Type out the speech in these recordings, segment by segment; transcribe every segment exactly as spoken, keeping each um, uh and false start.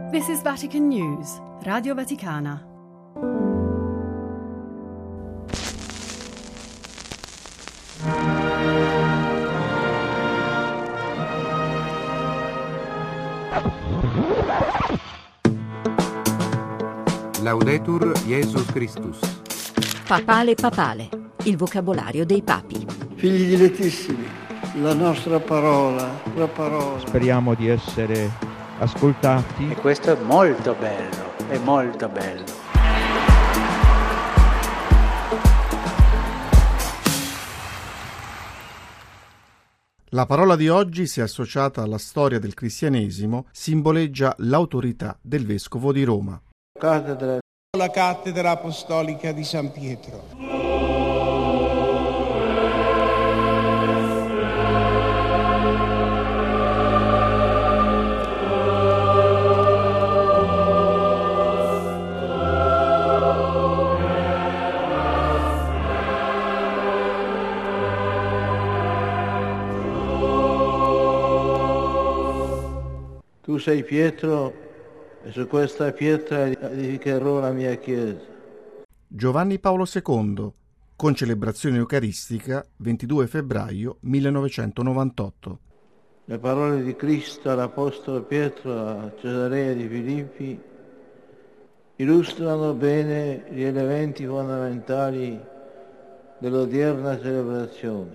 This is Vatican News, Radio Vaticana. Laudetur Jesus Christus. Papale papale, il vocabolario dei papi. Figli dilettissimi, la nostra parola, la parola. Speriamo di essere ascoltati. E questo è molto bello, è molto bello. La parola di oggi, se associata alla storia del cristianesimo, simboleggia l'autorità del Vescovo di Roma. Cattedra. La cattedra apostolica di San Pietro. Tu sei Pietro e su questa pietra edificherò la mia chiesa. Giovanni Paolo secondo, concelebrazione eucaristica, ventidue febbraio millenovecentonovantotto. Le parole di Cristo all'Apostolo Pietro a Cesarea di Filippi illustrano bene gli elementi fondamentali dell'odierna celebrazione.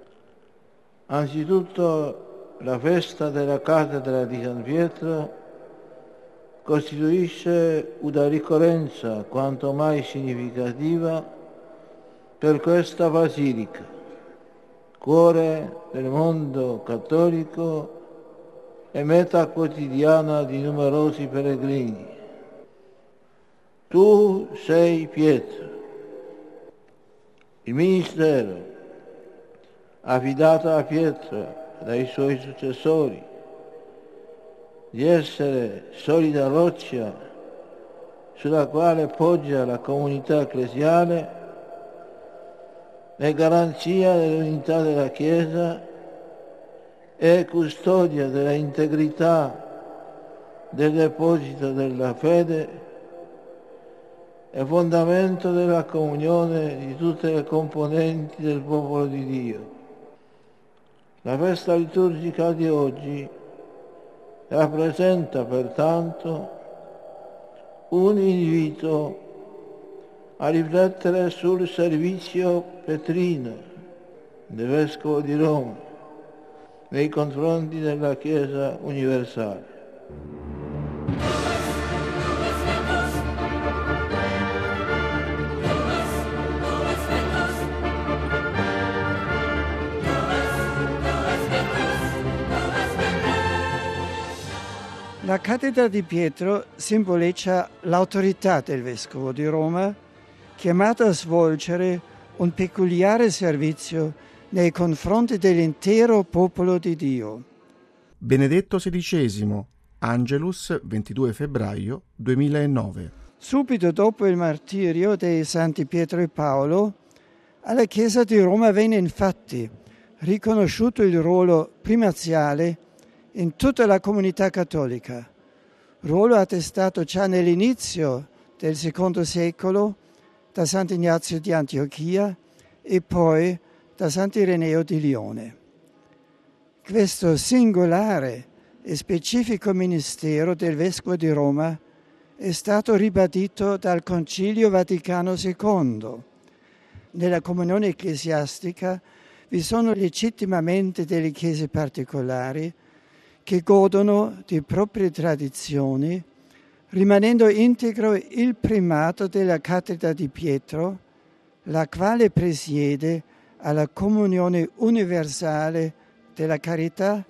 Anzitutto la festa della cattedra di San Pietro costituisce una ricorrenza quanto mai significativa per questa basilica, cuore del mondo cattolico e meta quotidiana di numerosi pellegrini. Tu sei Pietro, il ministero affidato a Pietro dai suoi successori di essere solida roccia sulla quale poggia la comunità ecclesiale è garanzia dell'unità della Chiesa e custodia della integrità del deposito della fede e fondamento della comunione di tutte le componenti del popolo di Dio. La festa liturgica di oggi rappresenta pertanto un invito a riflettere sul servizio petrino del Vescovo di Roma nei confronti della Chiesa universale. La cattedra di Pietro simboleggia l'autorità del Vescovo di Roma, chiamato a svolgere un peculiare servizio nei confronti dell'intero popolo di Dio. Benedetto sedicesimo, Angelus, ventidue febbraio duemilanove. Subito dopo il martirio dei santi Pietro e Paolo, alla Chiesa di Roma venne infatti riconosciuto il ruolo primaziale in tutta la comunità cattolica, ruolo attestato già nell'inizio del secondo secolo da Sant'Ignazio di Antiochia e poi da Sant'Ireneo di Lione. Questo singolare e specifico ministero del Vescovo di Roma è stato ribadito dal Concilio Vaticano secondo. Nella comunione ecclesiastica vi sono legittimamente delle chiese particolari che godono di proprie tradizioni, rimanendo integro il primato della cattedra di Pietro, la quale presiede alla comunione universale della carità.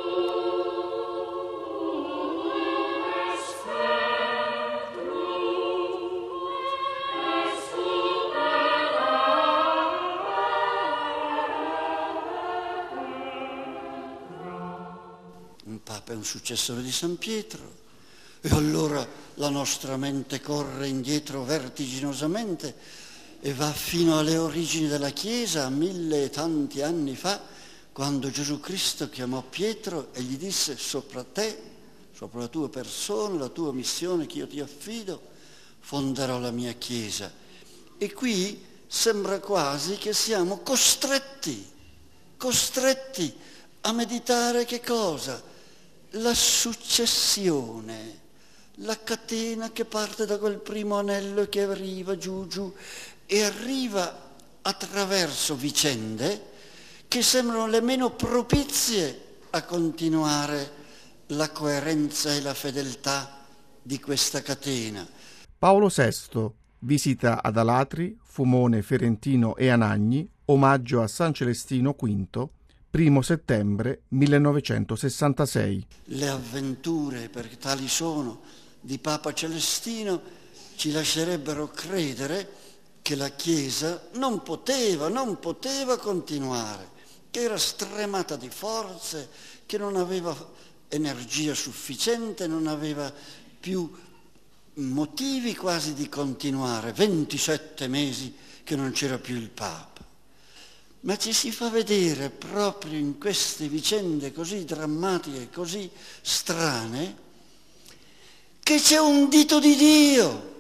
Un Papa è un successore di San Pietro e allora la nostra mente corre indietro vertiginosamente e va fino alle origini della Chiesa, a mille e tanti anni fa, quando Gesù Cristo chiamò Pietro e gli disse: sopra te sopra la tua persona, la tua missione che io ti affido, fonderò la mia Chiesa. E qui sembra quasi che siamo costretti, costretti a meditare che cosa? La successione, la catena che parte da quel primo anello e che arriva giù giù e arriva attraverso vicende che sembrano le meno propizie a continuare la coerenza e la fedeltà di questa catena. Paolo sesto visita ad Alatri, Fumone, Ferentino e Anagni, omaggio a San Celestino quinto, primo settembre millenovecentosessantasei. Le avventure, perché tali sono, di Papa Celestino ci lascerebbero credere che la Chiesa non poteva, non poteva continuare, che era stremata di forze, che non aveva energia sufficiente, non aveva più motivi quasi di continuare. ventisette mesi che non c'era più il Papa. Ma ci si fa vedere proprio in queste vicende così drammatiche, così strane, che c'è un dito di Dio,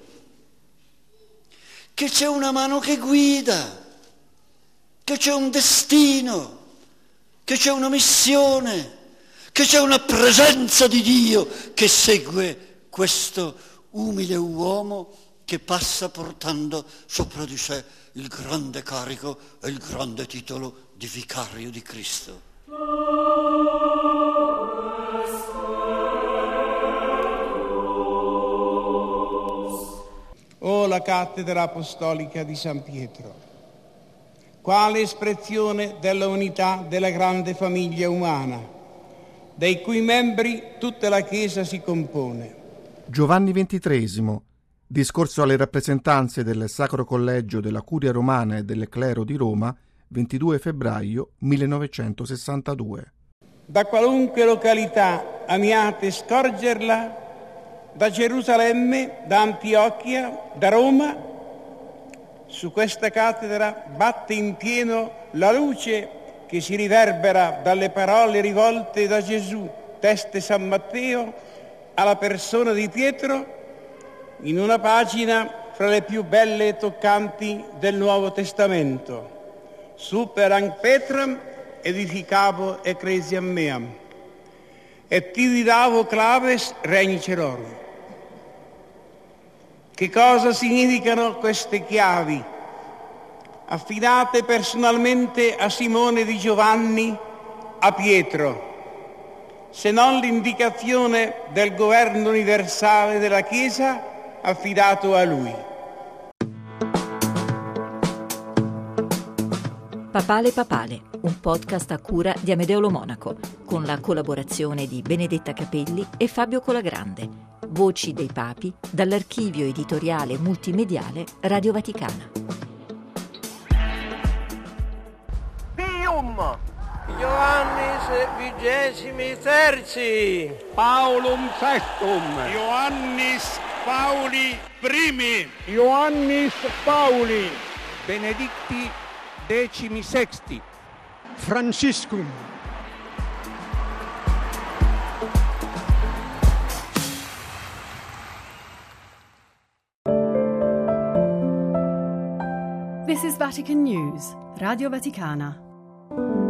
che c'è una mano che guida, che c'è un destino, che c'è una missione, che c'è una presenza di Dio che segue questo umile uomo che passa portando sopra di sé il grande carico e il grande titolo di vicario di Cristo. Oh, la cattedra apostolica di San Pietro, quale espressione della unità della grande famiglia umana, dei cui membri tutta la Chiesa si compone. Giovanni ventitreesimo, discorso alle rappresentanze del Sacro Collegio della Curia Romana e del Clero di Roma, ventidue febbraio millenovecentosessantadue. Da qualunque località amiate scorgerla, da Gerusalemme, da Antiochia, da Roma, su questa cattedra batte in pieno la luce che si riverbera dalle parole rivolte da Gesù, teste San Matteo, alla persona di Pietro, in una pagina fra le più belle e toccanti del Nuovo Testamento. Superam Petram edificavo ecclesiam meam, et tibi davo claves regni celorum. Che cosa significano queste chiavi, affidate personalmente a Simone di Giovanni, a Pietro, se non l'indicazione del governo universale della Chiesa affidato a lui? Papale Papale, un podcast a cura di Amedeo Lo Monaco, con la collaborazione di Benedetta Capelli e Fabio Colagrande. Voci dei Papi, dall'archivio editoriale multimediale Radio Vaticana. Pium! Ioannis vigesimi terzi, Paulum sextum, Ioannis Pauli primi, Ioannis Pauli, Benedicti decimi sexti, Franciscum. This is Vatican News, Radio Vaticana.